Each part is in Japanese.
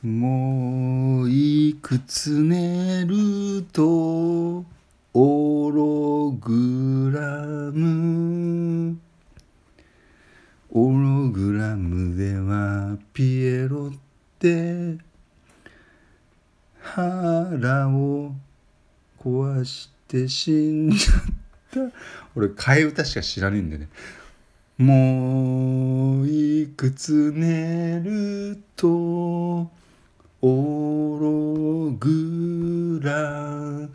もういくつ寝るとオログラムではピエロって腹を壊して死んじゃった。俺替え歌しか知らねえんだよね。もういくつ寝るとオログラ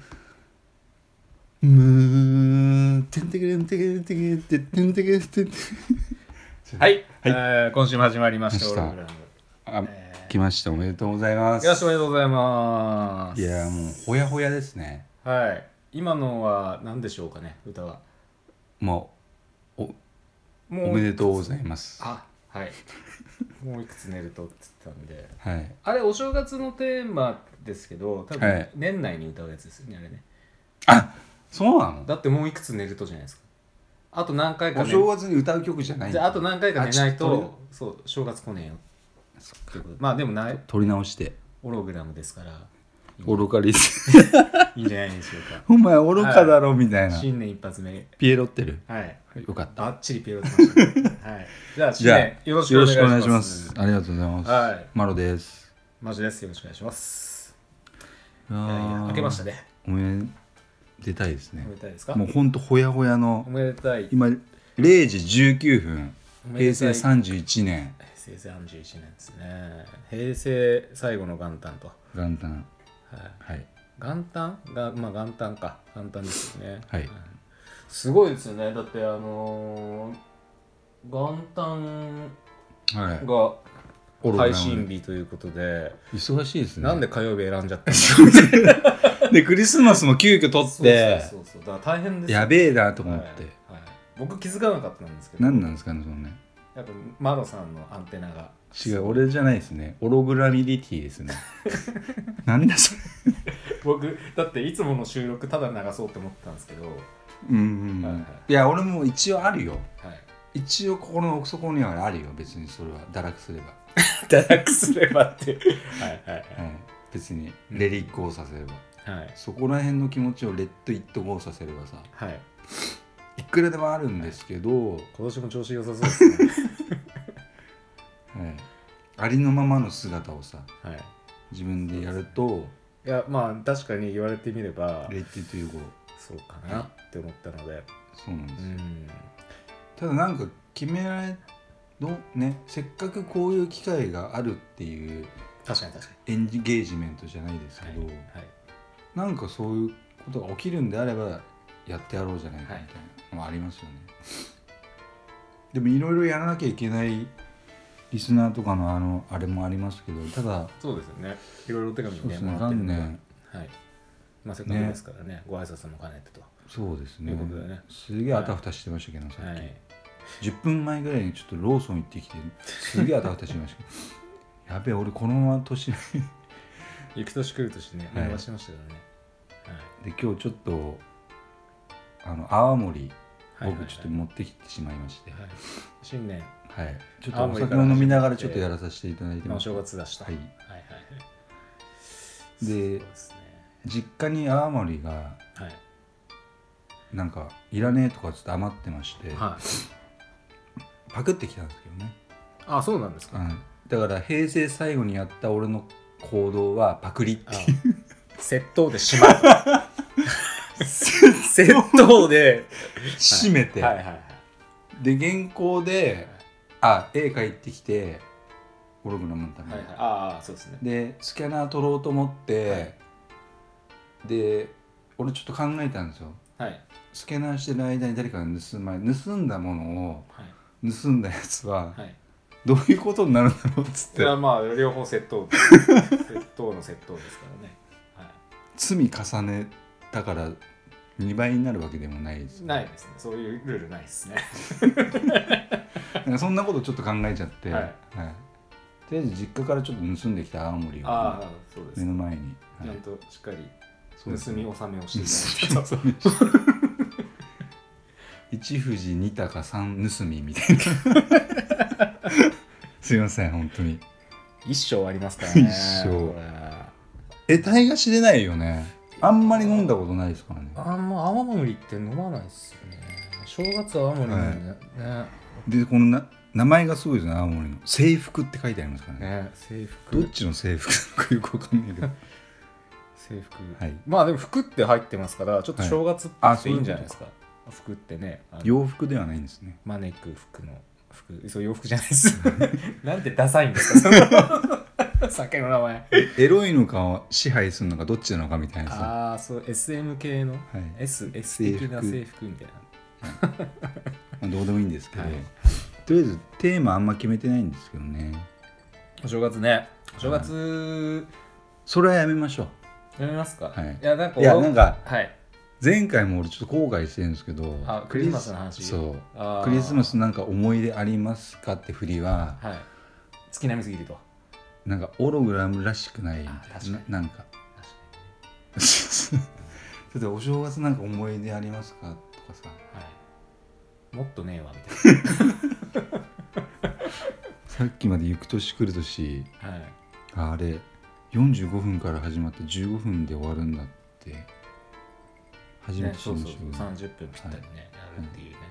ムてんてけれんてけれんてけれんてんてけれんてんてはい、 はい、 今週も始まりましたオましたログラム。 来ました。おめでとうございます。 よろしくおめでとうございます。 いやもうほやほやですね。 はい、今のは何でしょうかね、歌は。 もうおもうめでとうございます。 あ、はい。もういくつ寝るとって言ってたんで、 はい。 あれお正月のテーマですけど、多分年内に歌うやつですよね、あれね。 あ、そうなの？ だってもういくつ寝るとじゃないですか。あと何回かお正月に歌う曲じゃない。 じゃああと何回か寝ないあちょっと、そう正月来ねえよ。まあでもない取り直してオログラムですから。 愚かリスいいんじゃないでしょうか。 お前愚かだろみたいな、 新年一発目。 ピエロってる。 はい。 よかった。 バッチリピエロってましたね。はい。じゃあ新年よろしくお願いします。 ありがとうございます。 はい。 マロです。 マジです。よろしくお願いします。 いや明けましたね。 おめでたいですね。 おめでたいですか？ もうほんとほやほやの。 おめでたい。 今0時19分。平成31年。 平成31年ですね。平成最後の元旦と。 元旦。 はい。元旦がまあ元旦か。元旦ですよね。 はい。 すごいですよね。だって元旦が配信日ということで忙しいですね。 なんで火曜日選んじゃったんだろう。 でクリスマスも急遽取ってそうだから大変ですよ。 やべえなと思って、 はい、僕気づかなかったんですけど。 何なんですかねそのね。 やっぱマロさんのアンテナが違う、俺じゃないですね。オログラミリティですね。なんだそれ。 僕だっていつもの収録ただ流そうって思ってたんですけど、 いや俺も一応あるよ、 はい、 一応心の奥底にはあるよ。別にそれは堕落すれば堕落すればってはい、 別にレリッゴーさせれば、そこら辺の気持ちをレッドイットゴーさせればさ、いくらでもあるんですけど、今年も調子良さそうですね。 ありのままの姿をさ、自分でやると、 いやまあ確かに言われてみればレッドイットユーゴーそうかなって思ったので、 そうなんですよ。ただなんか決められね、せっかくこういう機会があるっていう確かにエンゲージメントじゃないですけど、なんかそういうことが起きるんであればやってやろうじゃないかみたいなのもありますよね。でもいろいろやらなきゃいけないリスナーとかのあれもありますけど、ただそうですよね、いろいろお手紙ねもらってるんで、まあせっかくですからね、ご挨拶も兼ねてと。そうですね。 すげえあたふたしてましたけど、さっき10分前ぐらいにちょっとローソン行ってきてすげえあたふたしてましたけどやべえ俺このまま年行く年来る年ね見逃しましたからね。 で今日ちょっと泡盛僕ちょっと持ってきてしまいまして、 新年ちょっとお酒を飲みながらちょっとやらさせていただいてます。 お正月出した。 で実家に泡盛がなんかいらねえとかっつって余ってまして、パクってきたんですけどね。 あ、そうなんですか。 だから平成最後にやった俺の行動はパクリっていう窃盗でしまう。窃盗で閉めて、で原稿で絵描いてきてオログラムのために、 そうですね。 でスキャナー取ろうと思って、で俺ちょっと考えたんですよ。スキャナーしてる間に誰かが盗んだものを、盗んだやつは、どういうことになるんだろうっつって。 まあ両方窃盗窃盗の窃盗ですからね。 罪重ねたから2倍になるわけでもないです、 ないですね。そういうルールないですね。 そんなことちょっと考えちゃって、とりあえず実家からちょっと盗んできた青森を目の前にちゃんとしっかり盗み納めをしていただいて、 一富士二鷹三盗みみたいなすいません本当に一生ありますからね。 一生大河知れないよね。あんまり飲んだことないですからね。 あんま泡盛って飲まないですよね。正月は泡盛飲むね。 でこの名前がすごいですね。泡盛の制服って書いてありますからね。 制服。 どっちの制服なのかよくわかんないけど。 制服。 はい。 まあでも服って入ってますからちょっと正月っぽくていいんじゃないですか。服ってね。 洋服ではないんですね。 招く服の服。そう洋服じゃないです。なんてダサいんですか。酒の名前。 エロいのか支配するのかどっちなのかみたいなさ。 ああそう SM 系の、はい、S 的な制服みたいな。 まあどうでもいいんですけど、とりあえずテーマあんま決めてないんですけどね。 お正月ね。お正月、 それはやめましょう。やめますか。 はい。 いやなんかはい。前回も俺ちょっと後悔してるんですけど、 クリスマスの話。 そうクリスマスなんか思い出ありますかって振りは、 はい、月並みすぎるとなんかオログラムらしくない。なんかちょっとお正月なんか思い出ありますかとかさ、 はい、もっとねえわみたいな。 さっきまで行く年来る年、 はい、 あれ45分から始まって15分で終わるんだって初めて知りましたね。そう30分ぴったりね、やるっていうね、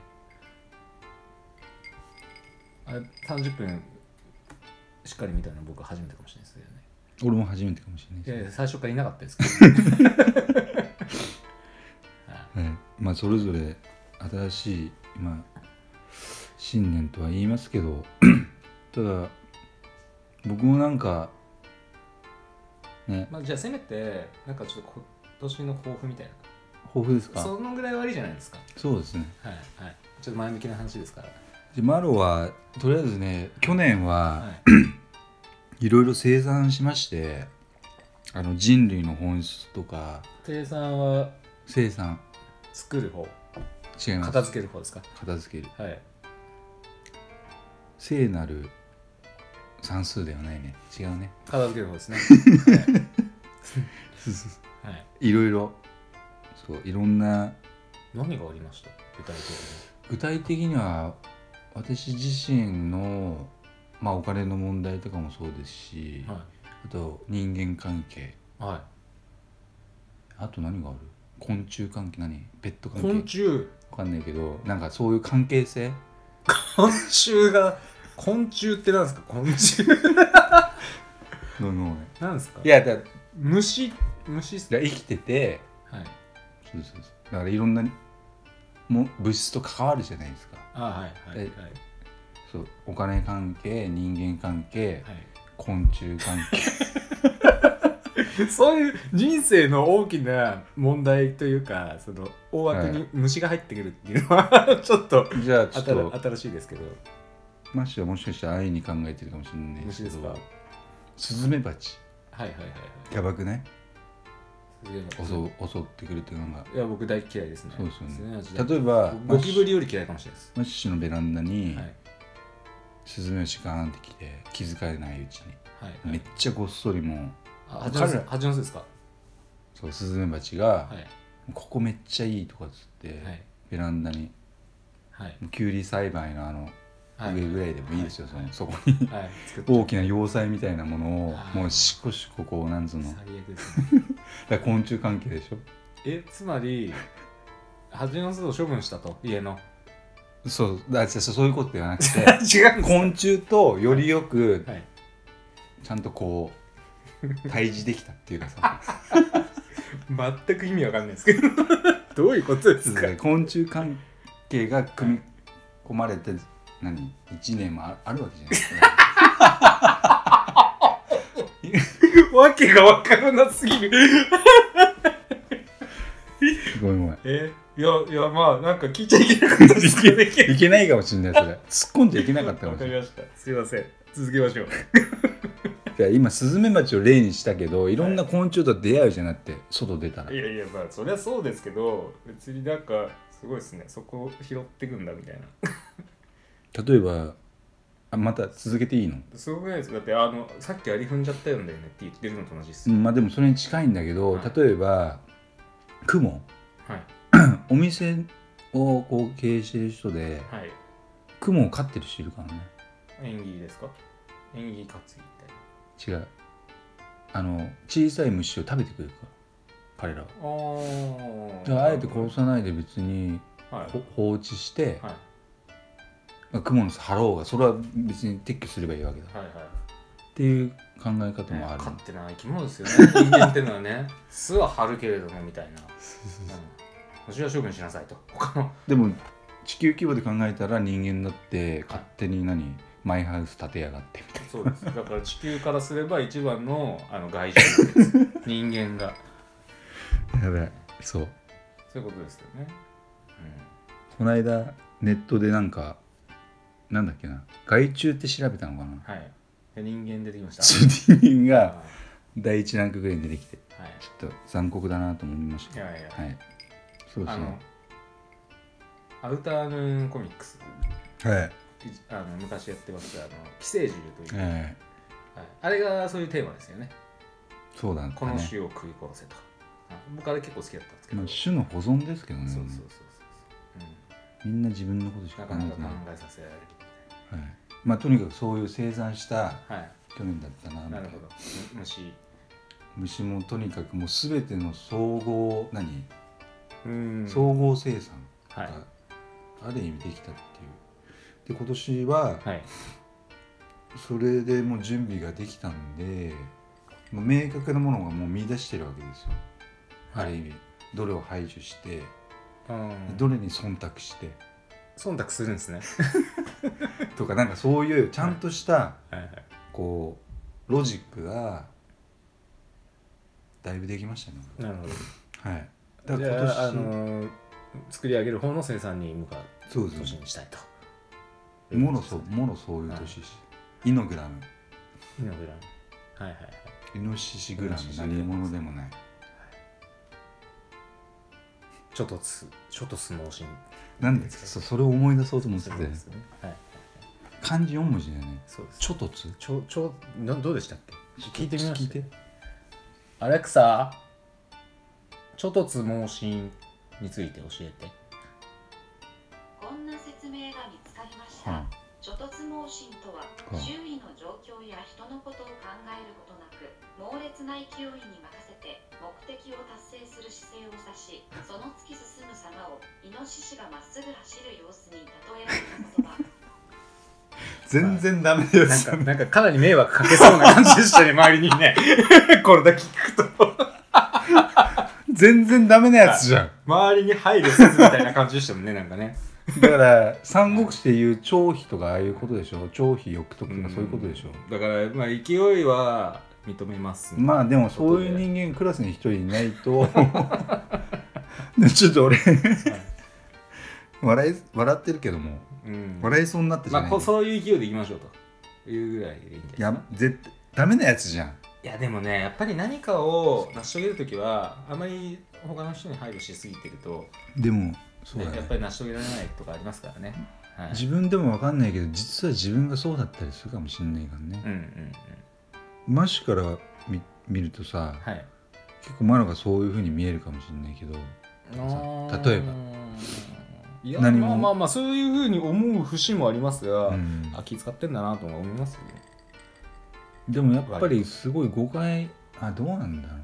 あれ30分しっかり見たのは僕は初めてかもしれないですよね。 俺も初めてかもしれないです。 いや最初からいなかったですけど。 はい、まあそれぞれ新しい新年とは言いますけどただ僕もなんかね、 まあ、じゃあせめてなんかちょっと今年の抱負みたいな。 抱負ですか。 そのぐらいはありじゃないですか。 そうですね。 はいはい。ちょっと前向きな話ですから。 でマロはとりあえずね去年は、いろいろ清算しまして、人類の本質とか。 清算は清算作る方。 違います。 片付ける方ですか。 片付ける。 はい。 聖なる算数ではないね。違うね。 片付ける方ですね。 はい。いろいろそういろんな。 何がありました具体的には私自身の、お金の問題とかもそうですし、あと人間関係、あと何がある。昆虫関係、ペット関係。 昆虫わかんないけどなんかそういう関係性。 昆虫ってなんですか。昆虫なんですか。 いや虫が生きてて、そうだからいろんな物質と関わるじゃないですか。そうお金関係、人間関係、昆虫関係。そういう人生の大きな問題というか、その大枠に虫が入ってくるっていうのはちょっとじゃあちょっと新しいですけど。 マッシュはもしかしたら安易に考えてるかもしれないですけど。 虫ですか。 スズメバチ。やばくない？襲ってくるっていうのが。 いや僕大嫌いですね。 そうですよね。例えばゴキブリより嫌いかもしれないです。 マッシュのベランダに、スズメバチガーンって来て気づかれないうちに、めっちゃごっそりもう蜂の巣ですか。 そうスズメバチが、ここめっちゃいいとかっつって、ベランダに、キュウリ栽培の上ぐらいでもいいですよ、そこに大きな要塞みたいなものをもうしこしここうなんつうの。最悪ですね。 だから昆虫関係でしょ。 つまり蜂の巣を処分したと家の。 そういうことではなくて違う昆虫とよりよくちゃんとこう対峙できたっていうかさ全く意味わかんないですけどどういうことですか。 昆虫関係が組み込まれて1年もあるわけじゃないですか。 わけがわからなすぎる。 ごめん。 いやまあなんか聞いちゃいけなかったですけどいけないかもしれないそれ。突っ込んじゃいけなかったかもしれない。 わかりました。すいません。続けましょう。 じゃあ今スズメバチを例にしたけどいろんな昆虫と出会うじゃなくて外出たら。 いやまあそりゃそうですけど別になんかすごいですね。そこを拾ってくんだみたいな。 例えばまた続けていいの？ すごくないですか。だってさっきアリ踏んじゃったよねって言ってるのと同じです。 でもそれに近いんだけど、例えばクモ、お店をこう経営してる人で、クモを飼ってる人いるからね。 縁起ですか。縁起担ぎみたいな。 違う、小さい虫を食べてくれるから彼らは。じゃああえて殺さないで別に、はい、放置して、はい、蜘蛛の巣張ろうがそれは別に撤去すればいいわけだ、はいはい、っていう考え方もある、 勝手な生き物ですよね人間っていうのはね巣は張るけれどもみたいな虫は処分しなさいと他のでも地球規模で考えたら人間だって勝手にマイハウス建てやがってみたいな。 そうです。だから地球からすれば一番の害獣です人間がやべえ、そういうことですよね、 この間ネットでなんだっけな、害虫って調べたのかな、 はい、で人間出てきました。 人間が第一ランクぐらいに出てきて、はい、ちょっと残酷だなと思いました。いやいや、はい、そうですね。 アウターヌーンコミックス、 はい、 昔やってました寄生獣という、はいはい、あれがそういうテーマですよね。 そうだね。 この種を食い殺せと。僕あれ結構好きだったんですけど、 種の保存ですけどね。 そう、 みんな自分のことしか考えない。なかなか考えさせられる、 はい、とにかくそういう生産した去年だったな、 なるほど。 虫もとにかくもう全ての総合総合生産がある意味できたっていう。で今年はそれでもう準備ができたんで、もう明確なものがもう見出してるわけですよ、ある意味。どれを排除してどれに忖度して忖度するんですねとか、なんかそういうちゃんとしたこうロジックがだいぶできましたね。 なるほど。 はい。 だから今年作り上げる方の生産に向かう年にしたいと。 もろそういう年し、イノグラム、 はいはいはい、 イノシシグラム、何者でもない、 ちょっと相撲心なんですか。それを思い出そうと思ってて、ね、はい、漢字4文字だよね。 そうです。 ちょとつどうでしたっけ。聞いてみました。アレクサ、ちょとつ盲信について教えて。 こんな説明が見つかりました。ちょとつ盲信とは、周囲の状況や人のことを考えることなく、猛烈な勢いに任せて目的を達成する姿勢を指し、その突き進む様をイノシシがまっすぐ走る様子に例えられた言葉。 全然ダメです、 なんかかなり迷惑かけそうな感じでしたね周りにねこれだけ聞くと全然ダメなやつじゃん。 周りに配慮せずみたいな感じでしたもんね。なんかね、 だから三国志でいう張飛とかああいうことでしょ。張飛翼徳とかそういうことでしょ。 だからまあ勢いは認めます、 ね、まあでもそういう人間クラスに一人いないとちょっと俺笑ってるけども、笑いそうになってじゃない、 まあそういう勢いでいきましょうというぐらいでいいんじゃないですか。 ダメなやつじゃん。 いやでもね、やっぱり何かを成し遂げるときはあまり他の人に配慮しすぎてると、 でもそうだね、 やっぱり成し遂げられないとかありますからね、 はい、自分でも分かんないけど実は自分がそうだったりするかもしれないからね。マッシュから見るとさ、はい、結構マロがそういう風に見えるかもしれないけど、例えばいやまあそういう風に思う節もありますが、気遣ってんだなと思いますよね。 でもやっぱりすごい誤解、どうなんだろ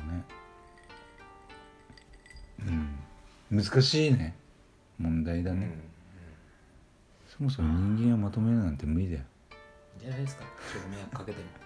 うね。難しいね、問題だね。そもそも人間をまとめるなんて無理だよ。 いいんじゃないですか、ちょっと迷惑かけても、ね、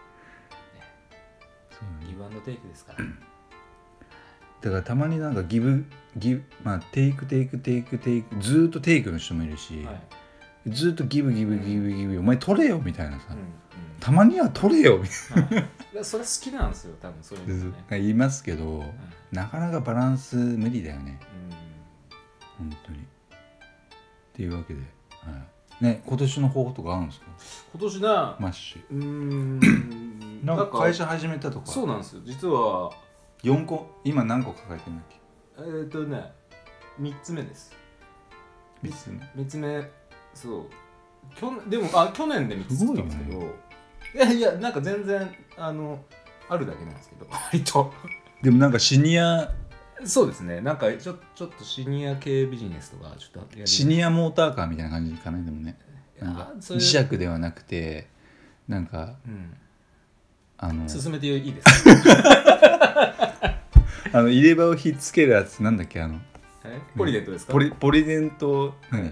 ギブアンドテイクですから。 だからたまになんかまあテイクずーっとテイクの人もいるし、ずーっとギブお前取れよみたいなさ、たまには取れよみたいな、それ好きなんですよ多分そういうのね。 言いますけど、なかなかバランス無理だよね、本当に。っていうわけで、ね、今年の抱負とかあるんですか。 今年なマッシュなんか会社始めたとか。 そうなんですよ、実は 4個、今何個抱えてるんだっけ。 3つ目です。 3 つ目、そうでも去年で3つ作ったんですけど、いやなんか全然あるだけなんですけど割とでもなんかシニア、 そうですね、なんかちょっとシニア系ビジネスとかちょっとシニアモーターカーみたいな感じかな。でもね、なんか磁石ではなくてなんか、 進めていいですか？ 入れ歯をひっつけるやつなんだっけポリデントですか？ ポリデント何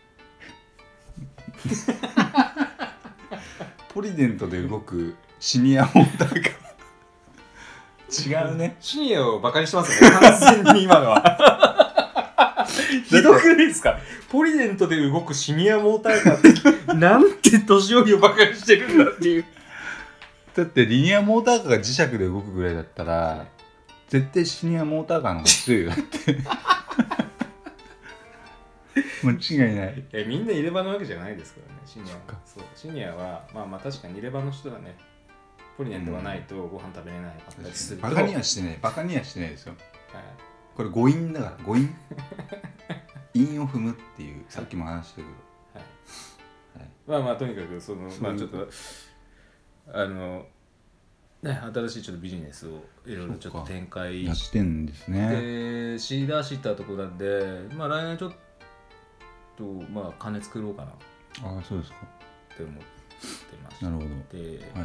ポリデントで動くシニアモーターが違うね。 シニアをバカにしてますよね、完全に今のは。ひどくないですか？ポリデントで動くシニアモーターカーってなんて年寄りをバカにしてるんだっていう。 だってリニアモーターカーが磁石で動くぐらいだったら絶対シニアモーターカーの方が強いよって間違いない。 みんな入れ歯なわけじゃないですからね、シニアは。そうシニアはまあ確かに入れ歯の人はね、ポリデントがないとご飯食べれないかったりすると、 バカにはしてないですよ、はい、これ誤飲だから、誤飲韻を踏むっていう、さっきも話したけど、 はいはい、とにかくちょっとね、新しいちょっとビジネスをいろいろちょっと展開やってんですね。 でしだしたところなんで、来年ちょっと金作ろうかな。 ああ、そうですかって思ってました。 なるほど。 で、 はい、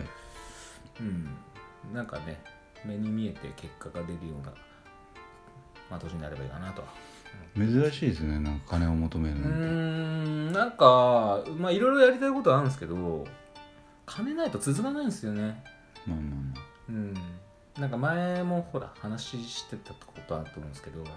なんかね、目に見えて結果が出るような、年になればいいかなとは。 珍しいですね、なんか金を求めるなんて。なんかいろいろやりたいことはあるんですけど、金ないと続かないんですよね。なんか前もほら話してたことあると思うんですけど、はい、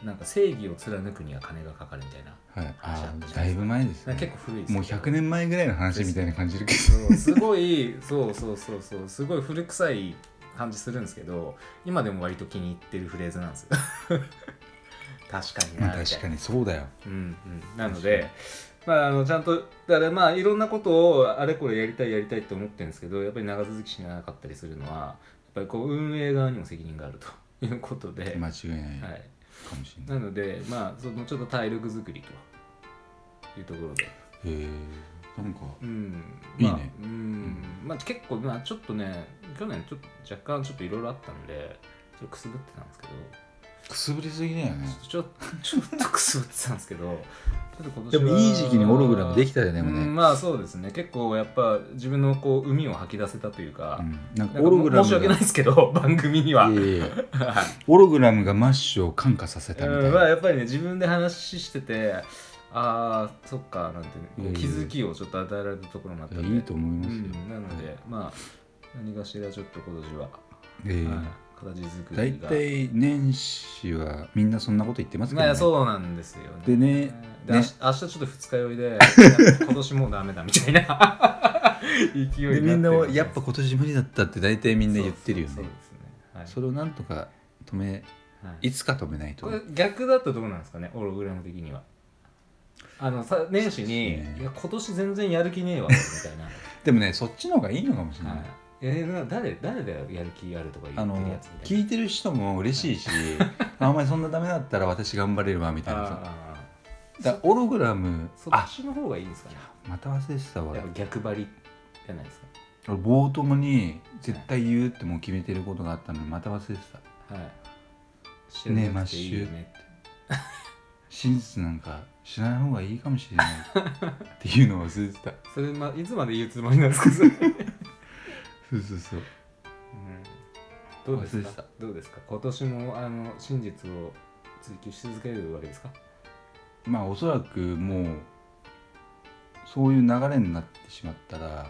なんか正義を貫くには金がかかるみたいな話あったじゃないですか。 だいぶ前ですね。 結構古いですけど、 もう100年前ぐらいの話みたいな感じるけど、 すごいすごい古臭い感じするんですけど、今でも割と気に入ってるフレーズなんですよ。確かにな、 確かにそうだよ。 なのでちゃんとだからいろんなことをあれこれやりたいって思ってるんですけど、やっぱり長続きしなかったりするのはやっぱりこう運営側にも責任があるということで、 間違いない、はい、かもしれない。 なのでそのちょっと体力作りというところで、 なんかいいね。結構ちょっとね、去年ちょっと若干ちょっといろいろあったんでちょっとくすぶってたんですけど、 くすぶりすぎだよね。 ちょっとくすぶってたんですけど、ちょっと今年はでもいい時期にオログラムできたよね。 そうですね。結構やっぱ自分のこう海を吐き出せたというか、 なんかオログラム申し訳ないですけど番組にはオログラムがマッシュを感化させたみたいな。 やっぱりね、自分で話してて、そっかなんて気づきをちょっと与えられたところもあったんで、 いいと思いますよ。 なので何かしらちょっと今年は形作りが。 大体年始はみんなそんなこと言ってますけどね。 そうなんですよね。 でね、 明日ちょっと二日酔いで今年もうダメだみたいな勢いになってる。 でみんなはやっぱ今年無理だったって大体みんな言ってるよね。 そうですね。はい、 それをなんとかいつか止めないと。 これ逆だとどうなんですかね、オログラム的には。年始に、いや今年全然やる気ねえわみたいな。 でもね、そっちの方がいいのかもしれない。 誰でやる気あるとか言ってるやつみたいな。 聞いてる人も嬉しいし、お前そんなダメだったら私頑張れるわみたいなさ。オログラム、 そっちの方がいいんですかね。 また忘れてたわ。 逆張りじゃないですか。 俺冒頭に絶対言うってもう決めてることがあったのにまた忘れてた。ねえマッシュ、真実なんか知らない方がいいかもしれないっていうのを忘れてた。 それいつまで言うつもりなんですかそれ。 そう、 どうですか今年も真実を追求し続けるわけですか。 おそらくもうそういう流れになってしまったら、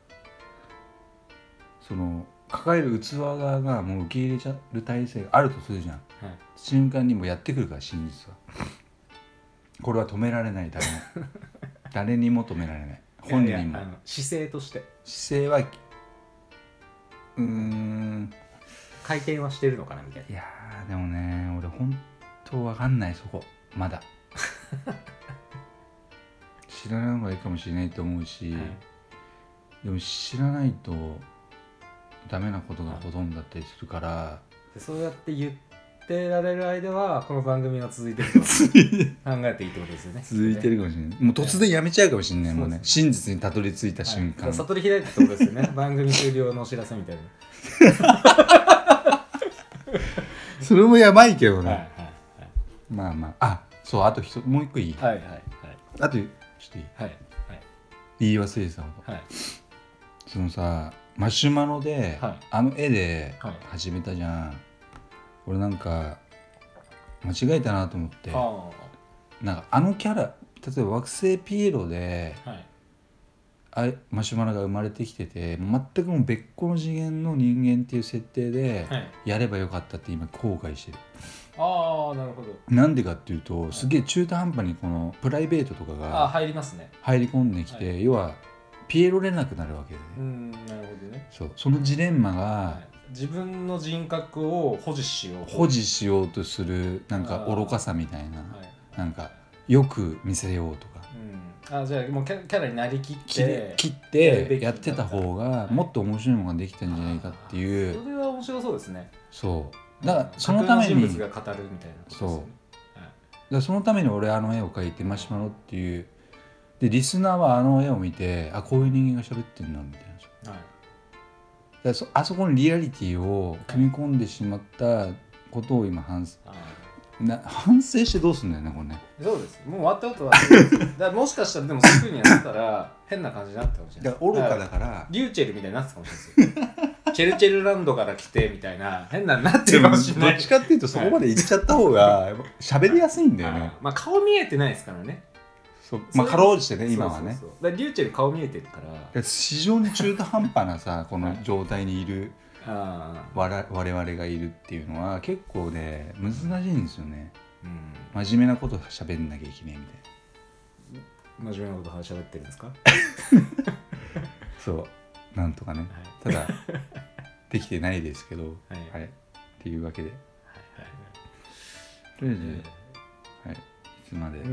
その抱える器側がもう受け入れちゃう体制があるとするじゃん、瞬間にもやってくるから真実は。これは止められない、誰にも止められない。本人も姿勢として姿勢は回転はしてるのかなみたいな。 いやでもね、俺本当分かんない、そこまだ知らない方がいいかもしれないと思うし、でも知らないとダメなことがほとんどだったりするから、 そうやって言ってられる間はこの番組は続いてると考えていいってことですよね。 続いてるかもしれない。もう突然やめちゃうかもしれない、もうね、真実にたどり着いた瞬間、 悟り開いたってことですよね。番組終了のお知らせみたいな。 それもやばいけどね。そう、あともう一個いい？あとちょっといい？言い忘れてたこと。そのさ、 マシュマロで、 はい、 あの絵で始めたじゃん、俺なんか間違えたなと思って、なんかあのキャラ、例えば惑星ピエロで、マシュマロが生まれてきてて、全くもう別個の次元の人間っていう設定でやればよかったって今後悔してる。 ああ、なるほど。 なんでかっていうと、すげえ中途半端にこのプライベートとかが入りますね。 入り込んできて、要はピエロれなくなるわけでね。 なるほどね。 そのジレンマが、 自分の人格を保持しようとするなんか愚かさみたいな、なんかよく見せようとか、 じゃあもうキャラになりきってやってた方がもっと面白いものができたんじゃないかっていう。 それは面白そうですね。 そうだからそのために人物が語るみたいなことですよね。 そうだからそのために俺あの絵を描いて、マシュマロっていうで、リスナーはあの絵を見て、あ、こういう人間が喋ってるなみたいな、だあそこにリアリティを組み込んでしまったことを今反省してどうすんだよねこれね。 そうです。もう終わったことはそうです。だからもしかしたらでもそういう風にやってたら変な感じになってたかもしれない。 だから愚かだからリューチェルみたいになってたかもしれないですよ。チェルチェルランドから来てみたいな変なになってるかもしれない。 どっちかっていうとそこまで行っちゃった方が喋りやすいんだよね。 まあ顔見えてないですからね。 まあかろうじてね今はね。 だからリューチェル顔見えてるから。 非常に中途半端なさこの状態にいる我々がいるっていうのは結構ね難しいんですよね。真面目なこと喋んなきゃいけないみたいな。真面目なこと喋ってるんですか？ そうなんとかね、ただできてないですけど、はいっていうわけで、とりあえず、いつまで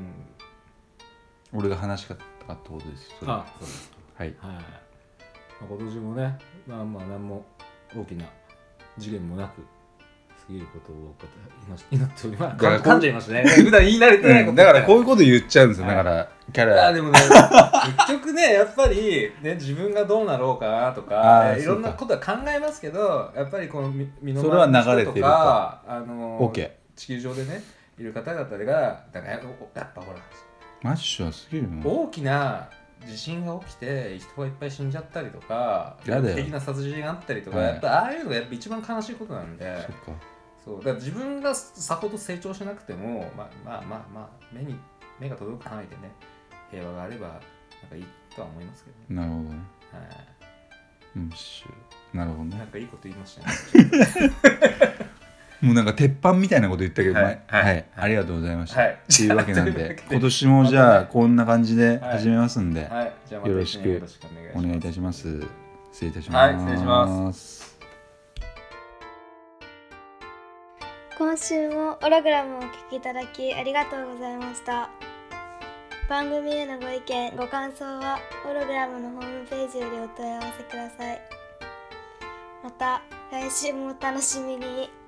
俺が話しかったってことです。 そうですか。はい。今年もね、まあ何も大きな事件もなく過ぎることを祈っております。噛んじゃいますね。普段言い慣れてないことだからこういうこと言っちゃうんですよ。だからキャラ。 でもね、結局ねやっぱりね自分がどうなろうかなとかいろんなことは考えますけど、やっぱりこの身の回りの人とか地球上でねいる方々がだからやっぱほら。 マッシュはすげえよね。 大きな地震が起きて人がいっぱい死んじゃったりとか猟奇的な殺人があったりとか、やっぱああいうのがやっぱ一番悲しいことなんで、そうだから自分がさほど成長しなくてもまあ目が届く範囲でね平和があればなんかいいとは思いますけどね。 なるほどね。なるほどね。 なんかいいこと言いましたね。 もうなんか鉄板みたいなこと言ったけど、ありがとうございました。っていうわけなんで、今年もじゃあこんな感じで始めますんで、よろしくお願いいたします。失礼いたします。 失礼します。 今週もオログラムをお聞きいただきありがとうございました。番組へのご意見、ご感想はオログラムのホームページよりお問い合わせください。また来週もお楽しみに。